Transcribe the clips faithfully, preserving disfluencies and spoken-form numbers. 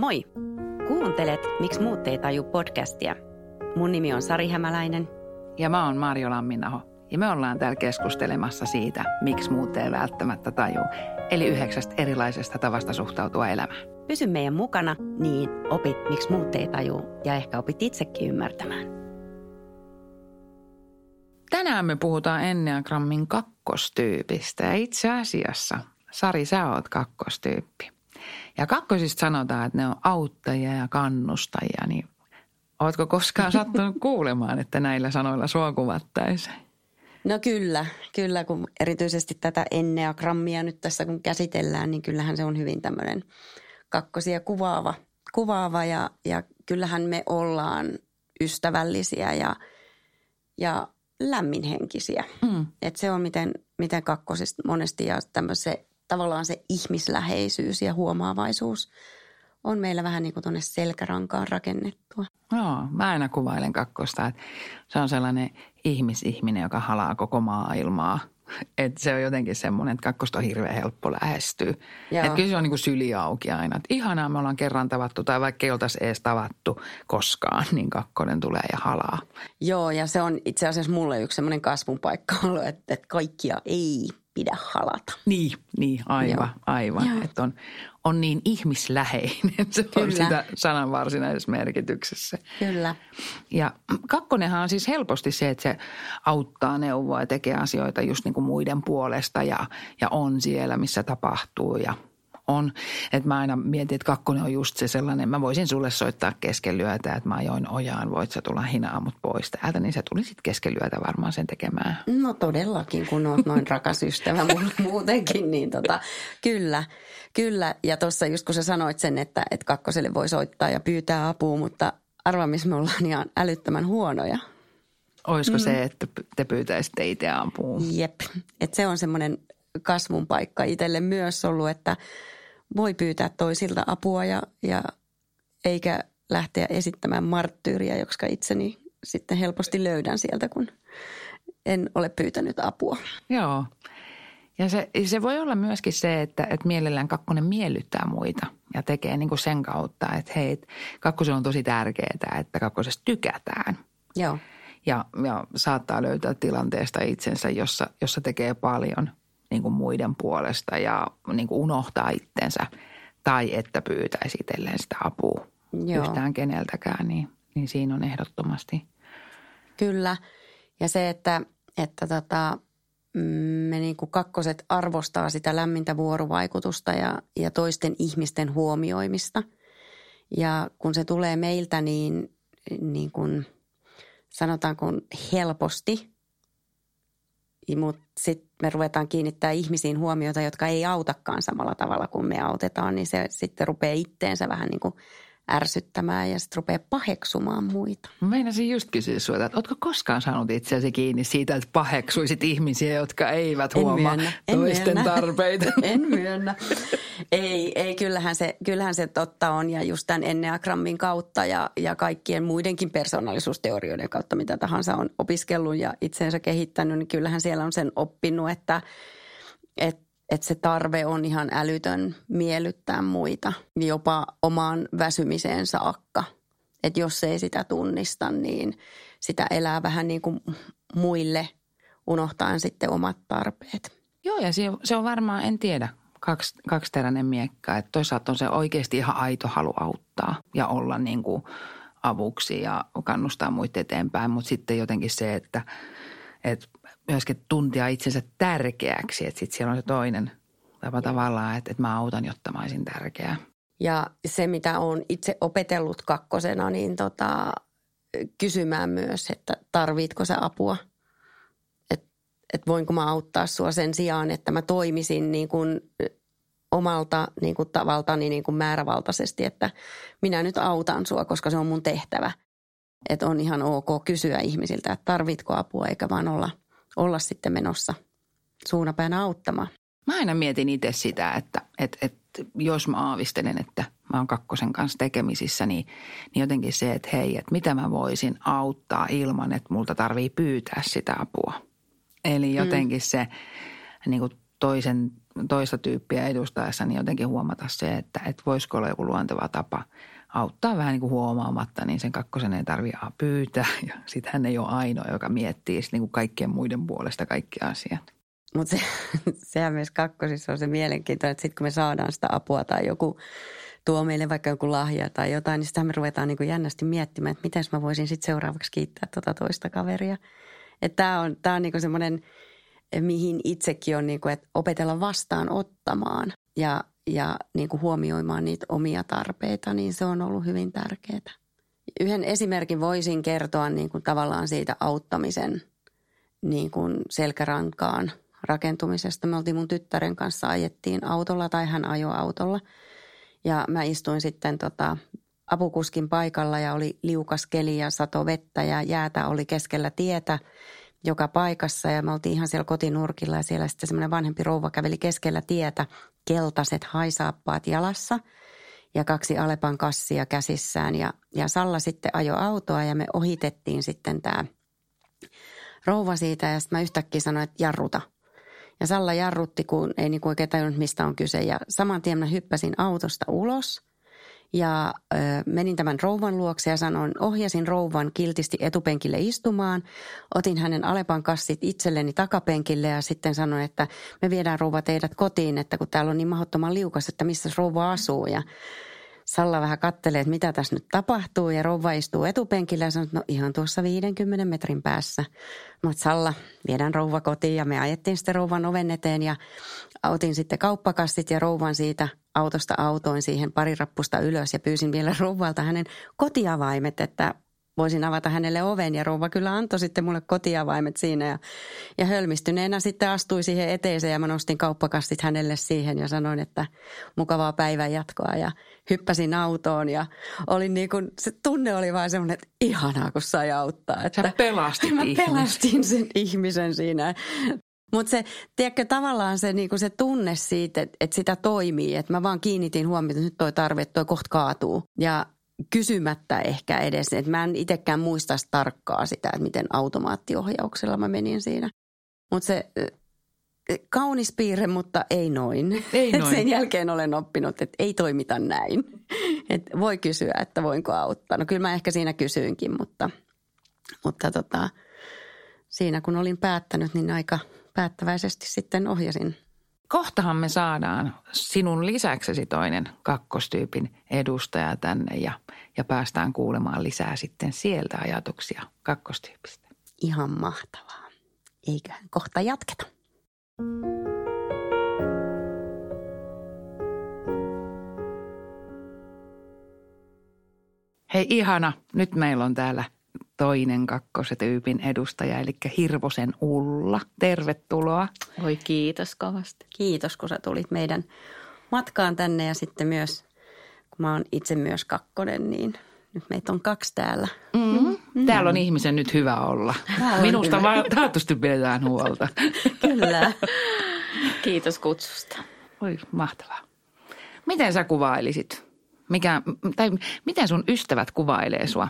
Moi! Kuuntelet Miksi muut ei taju podcastia. Mun nimi on Sari Hämäläinen. Ja mä oon Marjo Lamminaho. Ja me ollaan täällä keskustelemassa siitä, miksi muut ei välttämättä taju. Eli yhdeksästä erilaisesta tavasta suhtautua elämään. Pysy meidän mukana, niin opit miksi muut ei taju ja ehkä opit itsekin ymmärtämään. Tänään me puhutaan Enneagrammin kakkostyypistä ja itse asiassa, Sari, sä oot kakkostyyppi. Ja kakkosista sanotaan, että ne on auttajia ja kannustajia, niin ootko koskaan sattunut kuulemaan, että näillä sanoilla sua kuvattaisiin? No kyllä, kyllä kun erityisesti tätä enneagrammia nyt tässä kun käsitellään, niin kyllähän se on hyvin tämmöinen kakkosia kuvaava, kuvaava ja, ja kyllähän me ollaan ystävällisiä ja, ja lämminhenkisiä. Mm. Että se on miten, miten kakkosista monesti ja tämmöisen tavallaan se ihmisläheisyys ja huomaavaisuus on meillä vähän niin kuin tuonne selkärankaan rakennettua. Joo, mä aina kuvailen kakkosta, että se on sellainen ihmisihminen, joka halaa koko maailmaa. Että se on jotenkin semmoinen, että kakkosta on hirveän helppo lähestyä. Että kyllä se on niin kuin syli auki aina. Että ihanaa, me ollaan kerran tavattu tai vaikka ei oltaisi edes tavattu koskaan, niin kakkonen tulee ja halaa. Joo, ja se on itse asiassa mulle yksi semmoinen kasvun paikka ollut, että, että kaikkia ei pidä halata. Niin, niin aivan, Joo. aivan. Että on, on niin ihmisläheinen, se Kyllä. on sitä sanan varsinaisessa merkityksessä. Kyllä. Ja kakkonenhan on siis helposti se, että se auttaa, neuvoa ja tekee asioita just niin kuin muiden puolesta ja, ja on siellä, missä tapahtuu ja on. Että mä aina mietin, että kakkonen on just se sellainen, mä voisin sulle soittaa kesken yötä, että mä ajoin ojaan, voit sä tulla hinaa mut pois täältä, niin se tuli sitten kesken yötä varmaan sen tekemään. No todellakin, kun oot noin rakas ystävä muutenkin, niin tota, kyllä, kyllä. Ja tuossa just kun sä sanoit sen, että, että kakkoselle voi soittaa ja pyytää apua, mutta arvaa, missä me ollaan ihan älyttömän huonoja. Olisiko mm. se, että te pyytäisitte itse apua? Jep, että se on semmoinen kasvun paikka itselle myös ollut, että voi pyytää toisilta apua ja, ja eikä lähteä esittämään marttyyriä, jotka itseni sitten helposti löydän sieltä, kun en ole pyytänyt apua. Joo. Ja se, se voi olla myöskin se, että, että mielellään kakkonen miellyttää muita ja tekee niin kuin sen kautta, että hei, kakkosen on tosi tärkeää, että kakkosesta tykätään. Joo. Ja, ja saattaa löytää tilanteesta itsensä, jossa, jossa tekee paljon niin kuin muiden puolesta ja niin kuin unohtaa itsensä tai että pyytäisi itselleen sitä apua Joo. yhtään keneltäkään, niin, niin siinä on ehdottomasti. Kyllä. Ja se, että, että tota, me niin kuin kakkoset arvostaa sitä lämmintä vuorovaikutusta ja, ja toisten ihmisten huomioimista. Ja kun se tulee meiltä, niin, niin kuin sanotaanko helposti, mutta sitten me ruvetaan kiinnittää ihmisiin huomiota, jotka ei autakaan samalla tavalla kuin me autetaan, niin se sitten rupeaa itteensä vähän niin kuin ärsyttämään ja sitten rupeaa paheksumaan muita. Mä meinasin just kysyä sinulta, että ootko koskaan saanut itseäsi kiinni siitä, että paheksuisit ihmisiä, jotka eivät en huomaa myönnä, toisten myönnä. tarpeita? En myönnä. Ei, ei kyllähän, se, kyllähän se totta on ja just tämän enneagrammin kautta ja, ja kaikkien muidenkin persoonallisuusteorioiden kautta, mitä tahansa on opiskellut ja itseensä kehittänyt, niin kyllähän siellä on sen oppinut, että, että Että se tarve on ihan älytön miellyttää muita, jopa omaan väsymiseen saakka. Että jos ei sitä tunnista, niin sitä elää vähän niin kuin muille unohtaen sitten omat tarpeet. Joo, ja se, se on varmaan, en tiedä, kaksi, kaksiteräinen miekka. Että toisaalta on se oikeasti ihan aito halu auttaa ja olla niin kuin avuksi ja kannustaa muita eteenpäin. Mutta sitten jotenkin se, että, että myöskin tuntia itsensä tärkeäksi, että sitten siellä on se toinen tapa tavallaan, että, että mä autan, jotta mä olisin tärkeä. Ja se, mitä olen itse opetellut kakkosena, niin tota, kysymään myös, että tarvitko sä apua? Että et voinko mä auttaa sua sen sijaan, että mä toimisin niin kuin omalta niin kuin tavaltani niin kuin määrävaltaisesti, että minä nyt autan sua, koska se on mun tehtävä. Että on ihan ok kysyä ihmisiltä, että tarvitko apua, eikä vaan olla olla sitten menossa suunapäänä auttamaan. Mä aina mietin itse sitä, että, että, että jos mä aavistelen, että mä oon kakkosen kanssa tekemisissä, niin, niin jotenkin se, että hei, että mitä mä voisin auttaa ilman, että multa tarvii pyytää sitä apua. Eli jotenkin mm. se niin kuin toisen, toista tyyppiä edustaessa, niin jotenkin huomata se, että, että voisiko olla joku luonteva tapa auttaa vähän niin kuin huomaamatta, niin sen kakkosen ei tarvitse pyytää. Ja sitten hän ei ole ainoa, joka miettii niin kuin kaikkien muiden puolesta kaikki asiat. Mutta se, sehän myös kakkosissa on se mielenkiintoinen, että sitten kun me saadaan sitä apua tai joku tuo meille vaikka joku lahja tai jotain, niin sitä me ruvetaan niin kuin jännästi miettimään, että miten mä voisin sitten seuraavaksi kiittää tuota toista kaveria. Että tämä on, tää on niin kuin semmoinen, mihin itsekin on niin kuin, että opetella vastaan ottamaan ja, ja niin kuin huomioimaan niitä omia tarpeita, niin se on ollut hyvin tärkeää. Yhden esimerkin voisin kertoa niin kuin tavallaan siitä auttamisen niin kuin selkärankaan rakentumisesta. Me oltiin mun tyttären kanssa, ajettiin autolla tai hän ajoi autolla ja mä istuin sitten tota apukuskin paikalla ja oli liukas keli ja sato vettä ja jäätä oli keskellä tietä joka paikassa ja me oltiin ihan siellä kotinurkilla ja siellä sitten semmoinen vanhempi rouva käveli keskellä tietä, keltaiset haisaappaat jalassa ja kaksi Alepan kassia käsissään ja, ja Salla sitten ajoi autoa ja me ohitettiin sitten tämä rouva siitä ja sitten mä yhtäkkiä sanoin, että jarruta. Ja Salla jarrutti, kun ei niin kuin oikein tajunnut, mistä on kyse ja saman tien mä hyppäsin autosta ulos ja ö, menin tämän rouvan luokse ja sanoin, ohjasin rouvan kiltisti etupenkille istumaan. Otin hänen Alepan kassit itselleni takapenkille ja sitten sanoin, että me viedään rouva teidät kotiin, että kun täällä on niin mahdottoman liukas, että missä rouva asuu. Ja Salla vähän kattelee, että mitä tässä nyt tapahtuu ja rouva istuu etupenkillä ja sanoi, että no ihan tuossa viidenkymmenen metrin päässä. Mutta Salla, viedään rouva kotiin ja me ajettiin sitten rouvan oven eteen ja otin sitten kauppakassit ja rouvan siitä autosta autoin siihen pari rappusta ylös ja pyysin vielä rouvalta hänen kotiavaimet, että voisin avata hänelle oven ja rouva kyllä antoi sitten mulle kotiavaimet siinä ja, ja hölmistyneenä sitten astui siihen eteeseen ja mä nostin kauppakassit hänelle siihen ja sanoin, että mukavaa päivän jatkoa ja hyppäsin autoon ja olin niin kuin, se tunne oli vaan semmoinen, että ihanaa kun sai auttaa. Että sä pelastit mä ihmisen. pelastin sen ihmisen siinä. Mutta se, tiedätkö, tavallaan se, niinku se tunne siitä, että, että sitä toimii, että mä vaan kiinnitin huomiota, että nyt toi tarve, että toi kohta kaatuu. Ja kysymättä ehkä edes, että mä en itsekään muista tarkkaa sitä, että miten automaattiohjauksella mä menin siinä. Mutta se kaunis piirre, mutta ei noin. Ei noin. Sen jälkeen olen oppinut, että ei toimita näin. Et voi kysyä, että voinko auttaa. No kyllä mä ehkä siinä kysyinkin, mutta, mutta tota, siinä kun olin päättänyt, niin aika päättäväisesti sitten ohjasin. Kohtahan me saadaan sinun lisäksesi toinen kakkostyypin edustaja tänne ja, ja päästään kuulemaan lisää sitten sieltä ajatuksia kakkostyypistä. Ihan mahtavaa. Eiköhän kohta jatketa. Hei ihana, nyt meillä on täällä toinen kakkostyypin edustaja, eli Hirvosen Ulla. Tervetuloa. Oi kiitos kovasti. Kiitos, kun sä tulit meidän matkaan tänne ja sitten myös, kun mä oon itse myös kakkonen, niin nyt meitä on kaksi täällä. Mm-hmm. Mm. Täällä on ihmisen nyt hyvä olla. Minusta vaan taatusti pidetään huolta. Kyllä. Kiitos kutsusta. Oi, mahtavaa. Miten sä kuvailisit? Mikä, tai miten sun ystävät kuvailee sua?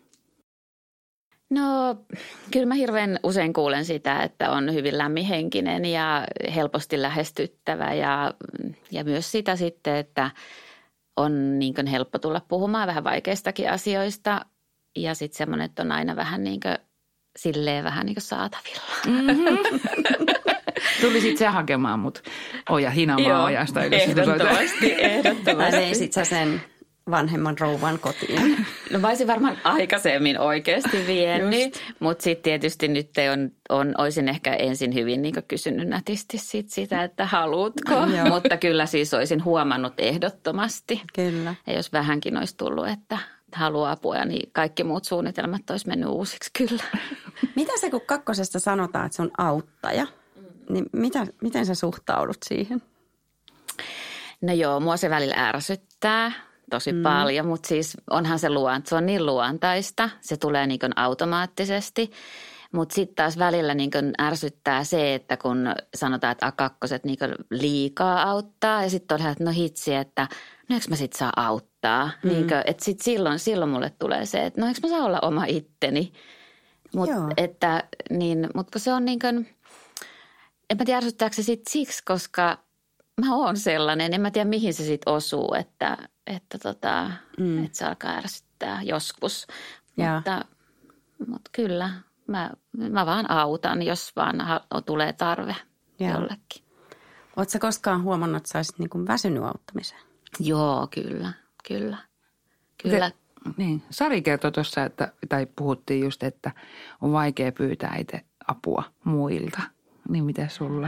No kyllä mä hirveän usein kuulen sitä, että on hyvin lämminhenkinen ja helposti lähestyttävä ja, ja myös sitä sitten, että on niin kuin helppo tulla puhumaan vähän vaikeistakin asioista ja sitten semmoinen, että on aina vähän niin kuin silleen vähän niin kuin saatavilla. Mm-hmm. Tulisit sä hakemaan mut Oja Hinamaa ojasta. Ehdottomasti, ehdottomasti. Tai veisit sä sen vanhemman rouvan kotiin? No mä olisin varmaan aikaisemmin oikeasti vienyt, mutta sitten tietysti nyt on, on, olisin ehkä ensin hyvin niin kysynyt nätisti sit sitä, että haluutko. Mutta kyllä siis olisin huomannut ehdottomasti. Kyllä. Ja jos vähänkin olisi tullut, että haluaa apua, niin kaikki muut suunnitelmat olisi mennyt uusiksi kyllä. Mitä se, kun kakkosesta sanotaan, että se on auttaja, niin mitä, miten sä suhtaudut siihen? No joo, mua se välillä ärsyttää tosi mm. paljon, mutta siis onhan se luonta, se on niin luontaista, se tulee niin kuin automaattisesti. Mutta sitten taas välillä niin kuin ärsyttää se, että kun sanotaan, että A kakkoset niin kuin liikaa auttaa ja sitten on että no hitsi, että no eikö mä sitten saa auttaa. Mm. Niin että sitten silloin, silloin mulle tulee se, että no eikö mä saa olla oma itteni. Mutta niin, mut se on niin kuin, en mä tiedä ärsyttääkö se sitten siksi, koska mä oon sellainen. En mä tiedä mihin se sitten osuu, että, että, tota, mm. että se alkaa ärsyttää joskus. Mutta, mutta kyllä mä, mä vaan autan, jos vaan tulee tarve ja. jollekin. Oletko sä koskaan huomannut, että sä olisit niin kuin väsynyt auttamiseen? Joo, kyllä, kyllä. kyllä. Te, niin. Sari kertoi tuossa, että, tai puhuttiin just, että on vaikea pyytää itse apua muilta. Niin mitä sulla?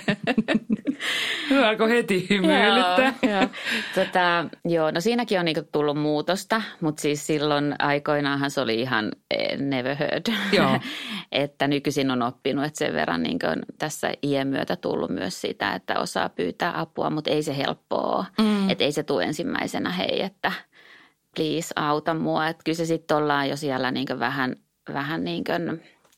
Alkoi heti hymyilyttää. joo, joo. Tota, joo, no siinäkin on niinku tullut muutosta, mutta siis silloin aikoinaanhan se oli ihan never heard. Joo. Että nykyisin on oppinut, että sen verran niinku on tässä iän myötä tullut myös sitä, että osaa pyytää apua, mutta ei se helppoa ole. Mm. Että ei se tule ensimmäisenä hei, että please auta mua. Että kyllä se sitten ollaan jo siellä niinku vähän, vähän niin kuin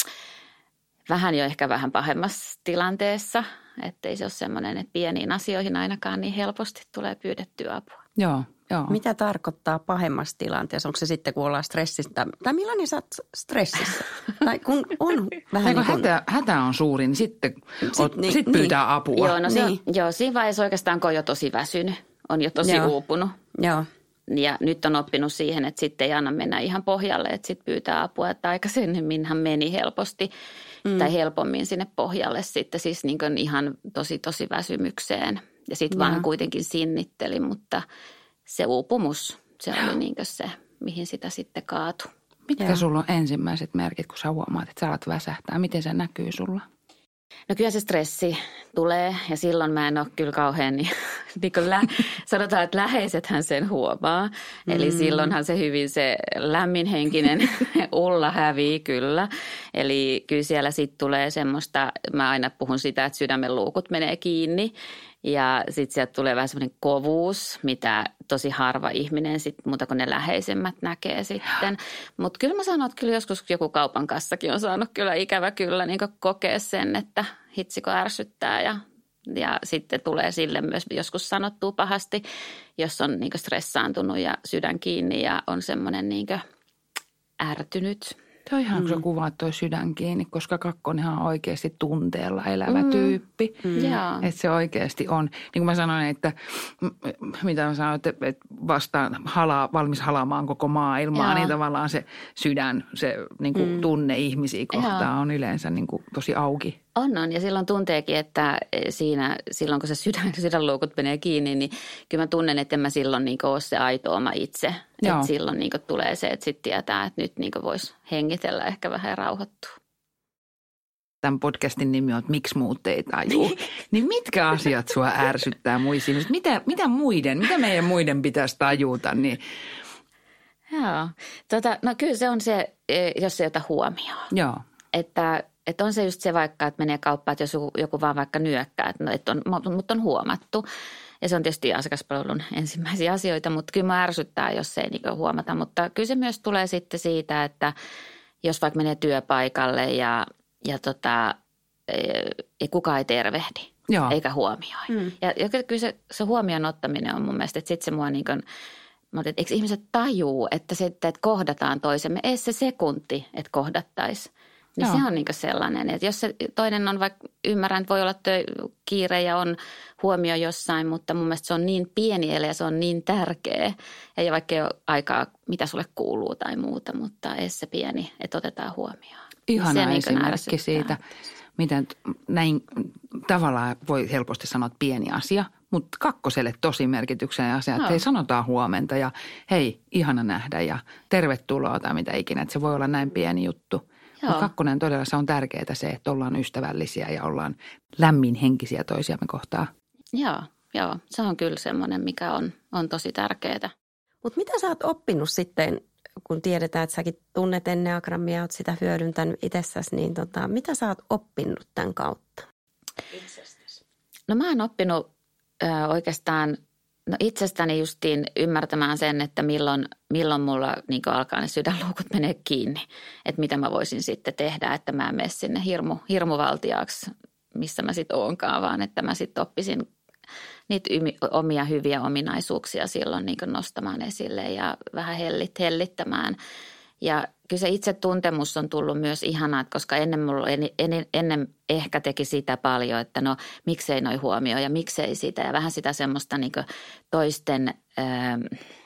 vähän jo ehkä vähän pahemmassa tilanteessa, ettei se ole semmoinen, että pieniin asioihin ainakaan niin helposti tulee pyydettyä apua. Joo, joo. Mitä tarkoittaa pahemmassa tilanteessa? Onko se sitten, kun ollaan stressissä? Tai millainen sä oot stressissä? Tai kun on vähän kun niin kuin hätä, hätä on suuri, niin sitten sit, oot, niin, sit pyytää niin. apua. Joo, no se niin. on, joo, siinä vaiheessa oikeastaan, kun on jo tosi väsynyt, on jo tosi joo. uupunut. Joo. Ja nyt on oppinut siihen, että sitten ei anna mennä ihan pohjalle, että sitten pyytää apua. Että aikaisemminhan meni helposti mm. tai helpommin sinne pohjalle sitten siis niin kuin ihan tosi tosi väsymykseen. Ja sitten vaan kuitenkin sinnitteli, mutta se uupumus, se oli niin kuin se, mihin sitä sitten kaatui. Mitkä Joo. sulla on ensimmäiset merkit, kun sä huomaat, että sä alat väsähtää? Miten se näkyy sulla? No kyllä se stressi tulee ja silloin mä en ole kyllä kauhean, niin, niin kuin lä- sanotaan, että läheisethän sen huomaa. Mm. Eli silloinhan se hyvin se lämminhenkinen Ulla hävii kyllä. Eli kyllä siellä sitten tulee semmoista, mä aina puhun sitä, että sydämen luukut menee kiinni. Ja sitten sieltä tulee vähän semmoinen kovuus, mitä tosi harva ihminen sitten, muuta kuin ne läheisemmät näkee sitten. Mutta kyllä mä sanon, että kyllä joskus joku kaupan kassakin on saanut kyllä ikävä kyllä niin kokea sen, että hitsiko ärsyttää ja, ja sitten tulee sille myös joskus sanottua pahasti, jos on niin stressaantunut ja sydän kiinni ja on semmoinen niin ärtynyt. Toi ihan, kun sä kuvaat toi sydän kiinni, koska kakkonenhan on oikeasti tunteella elävä mm. tyyppi. Mm. Että se oikeasti on. Niin kuin mä sanoin, että mitä mä sanoin, että vastaan halaa, valmis halaamaan koko maailmaa, niin tavallaan se sydän, se niin kuin mm. tunne ihmisiä kohtaan on yleensä niin kuin tosi auki. On, on. Ja silloin tunteekin, että siinä, silloin kun se sydän, sydänluukut menee kiinni, niin kyllä mä tunnen, että en mä silloin niin ole se aito oma itse. Että silloin niin tulee se, että sitten tietää, että nyt niin voisi hengitellä ehkä vähän ja rauhoittua. Tämän podcastin nimi on, että miksi muut ei tajuu. Niin mitkä asiat sua ärsyttää muisiin? Mitä, mitä muiden, mitä meidän muiden pitäisi tajuta? Niin... Joo. Tota, no kyllä se on se, jos se ota huomioon. Joo. Että... Että on se just se vaikka, että menee kauppaan, että jos joku, joku vaan vaikka nyökkää, että, no, että on, mutta on huomattu. Ja se on tietysti asiakaspalvelun ensimmäisiä asioita, mutta kyllä mä ärsyttää, jos ei niin huomata. Mutta kyllä se myös tulee sitten siitä, että jos vaikka menee työpaikalle ja, ja tota, ei, kukaan ei tervehdi Joo. eikä huomioi. Mm. Ja, ja kyllä se, se huomioon ottaminen on mun mielestä, että sitten se mua niin kuin, mä otin, että eikö ihmiset tajuu, että, se, että kohdataan toisemme, ei se sekunti, että kohdattaisiin. Niin Joo. se on niin sellainen, että jos se toinen on vaikka, ymmärrän, että voi olla tö- kiire ja on huomio jossain, mutta mun mielestä se on niin pieni ele ja se on niin tärkeä. Ja vaikka ei ole aikaa, mitä sulle kuuluu tai muuta, mutta ei se pieni, että otetaan huomioon. Ihana niin esimerkki siitä, miten näin tavallaan voi helposti sanoa pieni asia, mutta kakkoselle tosi merkityksellinen asia, että no. hei sanotaan huomenta ja hei ihana nähdä ja tervetuloa tai mitä ikinä, että se voi olla näin pieni juttu. Mutta kakkonen todella se on tärkeää se, että ollaan ystävällisiä ja ollaan lämminhenkisiä toisiamme kohtaan. Joo, joo. Se on kyllä semmoinen, mikä on, on tosi tärkeää. Mutta mitä sä oot oppinut sitten, kun tiedetään, että säkin tunnet enneagrammia, oot sitä hyödyntänyt itsessäsi, niin tota, mitä sä oot oppinut tämän kautta? Itsestäsi. No mä oon oppinut ö, oikeastaan no itsestäni justiin ymmärtämään sen, että milloin, milloin mulla niin alkaa ne sydänluukut menee kiinni. Että mitä mä voisin sitten tehdä, että mä en mene sinne hirmu, hirmuvaltiaaksi, missä mä sitten oonkaan, vaan että mä sitten oppisin niitä ymi, omia hyviä ominaisuuksia silloin niin nostamaan esille ja vähän hellit, hellittämään. Ja kyllä se itsetuntemus on tullut myös ihanaa, koska ennen, mulla, ennen, ennen ehkä teki sitä paljon, että no miksei noi huomioi ja miksei sitä. Ja vähän sitä semmoista niin kuin toisten... Ää,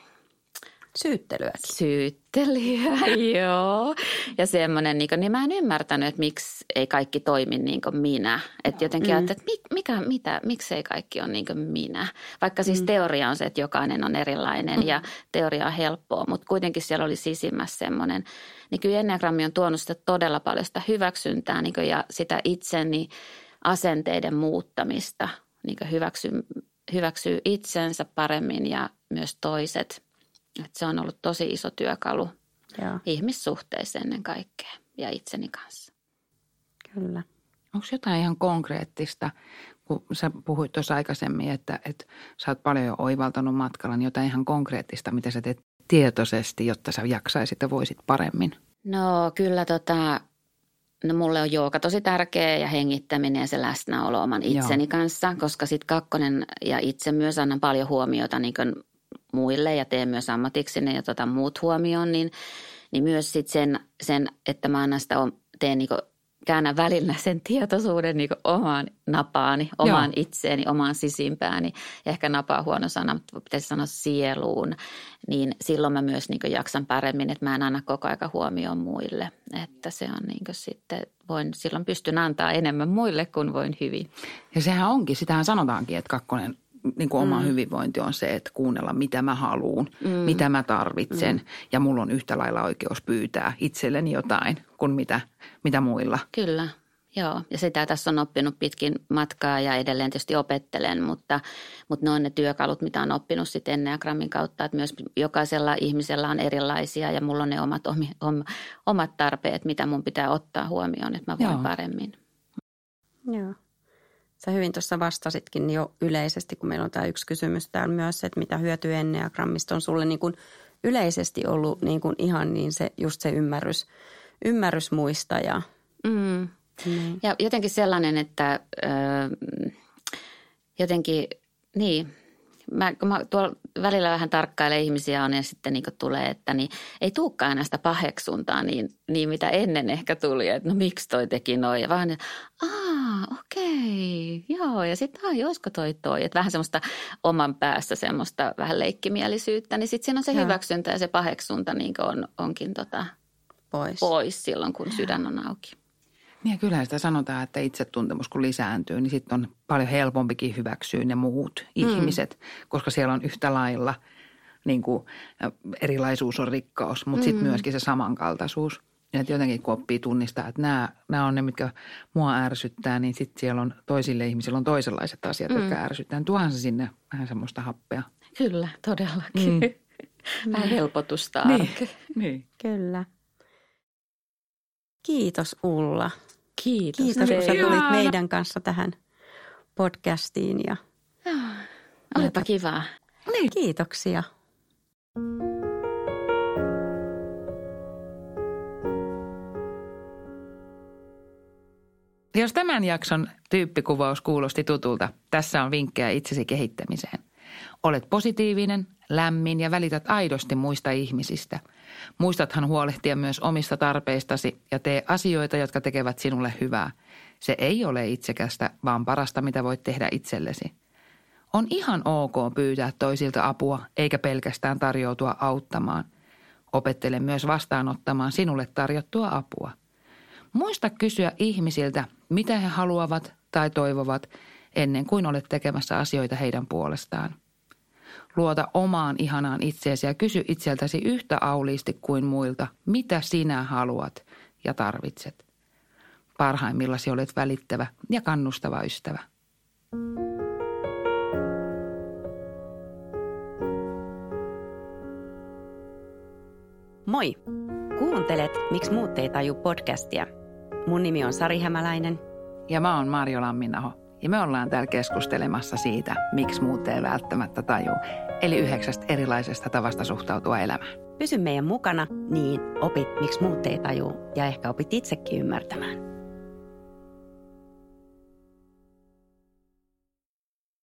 Syyttelyäkin. Syyttelyä, joo. Ja semmoinen, niin, niin mä en ymmärtänyt, että miksi ei kaikki toimi niin kuin minä. Että jotenkin mm. ajattelin, että mikä, mitä, miksi ei kaikki ole niin kuin minä. Vaikka siis mm. teoria on se, että jokainen on erilainen mm. ja teoria on helppoa, mutta kuitenkin siellä oli sisimmässä semmoinen. Niin kyllä enneagrammi on tuonut sitä todella paljon sitä hyväksyntää niin kuin ja sitä itseni asenteiden muuttamista. Niin kuin hyväksyy, hyväksyy itsensä paremmin ja myös toiset. Että se on ollut tosi iso työkalu Joo. ihmissuhteissa ennen kaikkea ja itseni kanssa. Kyllä. Onko jotain ihan konkreettista, kun sä puhuit tuossa aikaisemmin, että, että sä oot paljon jo oivaltanut matkalla, niin jotain ihan konkreettista, mitä sä teet tietoisesti, jotta sä jaksaisit ja voisit paremmin? No kyllä tota, no mulle on jooga tosi tärkeä ja hengittäminen ja se läsnäolo oman itseni Joo. kanssa, koska sit kakkonen ja itse myös annan paljon huomiota niin kuin muille ja teen myös ammatikseni ja tota muut huomioon, niin, niin myös sit sen, sen, että mä annan sitä, teen niinku, käännän välillä sen tietoisuuden niinku omaan napaani, omaan Joo. itseeni, omaan sisimpääni. Ja ehkä napaa huono sana, mutta pitäisi sanoa sieluun. Niin silloin mä myös niinku jaksan paremmin, että mä en anna koko aika huomioon muille. Että se on niinku sitten, voin, silloin pystyn antaa enemmän muille kuin voin hyvin. Ja sehän onkin, sitähän sanotaankin, että kakkonen niin kuin oma mm. hyvinvointi on se, että kuunnella mitä mä haluun, mm. mitä mä tarvitsen mm. ja mulla on yhtä lailla oikeus pyytää itselleni jotain kuin mitä, mitä muilla. Kyllä, joo. Ja sitä tässä on oppinut pitkin matkaa ja edelleen tietysti opettelen, mutta, mutta ne on ne työkalut, mitä on oppinut sitten enneagrammin kautta, että myös jokaisella ihmisellä on erilaisia ja mulla on ne omat, omi, om, omat tarpeet, mitä mun pitää ottaa huomioon, että mä voin joo. paremmin. Joo. Sä hyvin tuossa vastasitkin jo yleisesti, kun meillä on tämä yksi kysymys täällä myös, että mitä hyötyä enneagrammista on sulle niin kuin yleisesti ollut niin kuin ihan niin se, just se ymmärrys, ymmärrys muista. Ja, mm. mm. ja jotenkin sellainen, että ö, jotenkin niin, mä, kun mä tuolla välillä vähän tarkkailen ihmisiä on ja sitten niin tulee, että niin, ei tulekaan enää sitä paheksuntaa niin, niin mitä ennen ehkä tuli, että no miksi toi teki noin ja vaan, että aah okei, joo ja sitten ai olisiko toi toi, että vähän semmoista oman päässä semmoista vähän leikkimielisyyttä, niin sitten siinä on se joo. hyväksyntä ja se paheksunta niin on, onkin tota pois. pois silloin, kun sydän on auki. Niin ja kyllähän sitä sanotaan, että itsetuntemus kun lisääntyy, niin sitten on paljon helpompikin hyväksyä ne muut mm. ihmiset, koska siellä on yhtä lailla niin kuin, erilaisuus on rikkaus, mutta mm. sitten myöskin se samankaltaisuus. Ja että jotenkin kun oppii tunnistaa, että nämä, nämä on ne, mitkä mua ärsyttää, niin sitten siellä on toisille ihmisillä on toisenlaiset asiat, mm. jotka ärsyttää. Tuohan se sinne vähän semmoista happea. Kyllä, todellakin. Mm. Vähän helpotusta arkeen. Niin, niin. Kyllä. Kiitos Ulla. Kiitos. Kiitos, kun sä tulit meidän kanssa tähän podcastiin. Ja olipa kivaa. Niin. Kiitoksia. Jos tämän jakson tyyppikuvaus kuulosti tutulta, tässä on vinkkejä itsesi kehittämiseen. Olet positiivinen, lämmin ja välität aidosti muista ihmisistä. Muistathan huolehtia myös omista tarpeistasi ja tee asioita, jotka tekevät sinulle hyvää. Se ei ole itsekästä, vaan parasta, mitä voit tehdä itsellesi. On ihan ok pyytää toisilta apua, eikä pelkästään tarjoutua auttamaan. Opettele myös vastaanottamaan sinulle tarjottua apua. Muista kysyä ihmisiltä, mitä he haluavat tai toivovat, ennen kuin olet tekemässä asioita heidän puolestaan. Luota omaan ihanaan itseesi ja kysy itseltäsi yhtä auliisti kuin muilta, mitä sinä haluat ja tarvitset. Parhaimmillasi olet välittävä ja kannustava ystävä. Moi! Kuuntelet Miksi muut ei taju podcastia. Mun nimi on Sari Hämäläinen. Ja mä oon Marjo Lamminaho. Ja me ollaan täällä keskustelemassa siitä, miksi muut ei välttämättä taju. Eli yhdeksästä erilaisesta tavasta suhtautua elämään. Pysy meidän mukana, niin opit, miksi muut ei taju ja ehkä opit itsekin ymmärtämään.